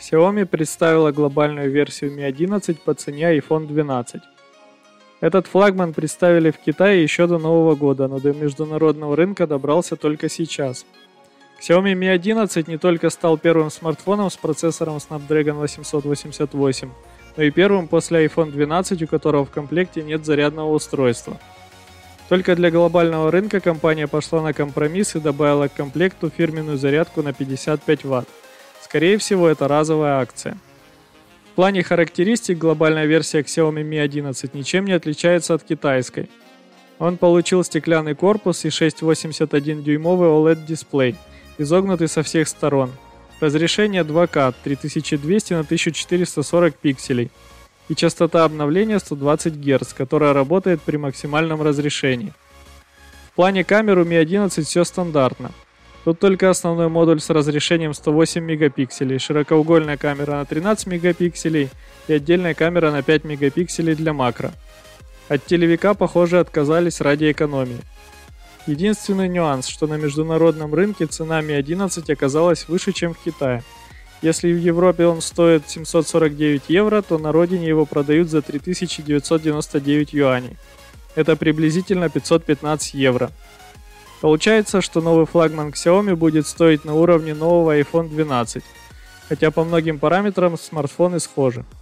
Xiaomi представила глобальную версию Mi 11 по цене iPhone 12. Этот флагман представили в Китае еще до Нового года, но до международного рынка добрался только сейчас. Xiaomi Mi 11 не только стал первым смартфоном с процессором Snapdragon 888, но и первым после iPhone 12, у которого в комплекте нет зарядного устройства. Только для глобального рынка компания пошла на компромисс и добавила к комплекту фирменную зарядку на 55 Вт. Скорее всего, это разовая акция. В плане характеристик глобальная версия Xiaomi Mi 11 ничем не отличается от китайской. Он получил стеклянный корпус и 6,81-дюймовый OLED-дисплей, изогнутый со всех сторон. Разрешение 2К 3200 на 1440 пикселей и частота обновления 120 Гц, которая работает при максимальном разрешении. В плане камер у Mi 11 все стандартно. Тут только основной модуль с разрешением 108 мегапикселей, широкоугольная камера на 13 мегапикселей и отдельная камера на 5 мегапикселей для макро. От телевика, похоже, отказались ради экономии. Единственный нюанс, что на международном рынке цена Mi 11 оказалась выше, чем в Китае. Если в Европе он стоит 749 евро, то на родине его продают за 3999 юаней. Это приблизительно 515 евро. Получается, что новый флагман Xiaomi будет стоить на уровне нового iPhone 12, хотя по многим параметрам смартфоны схожи.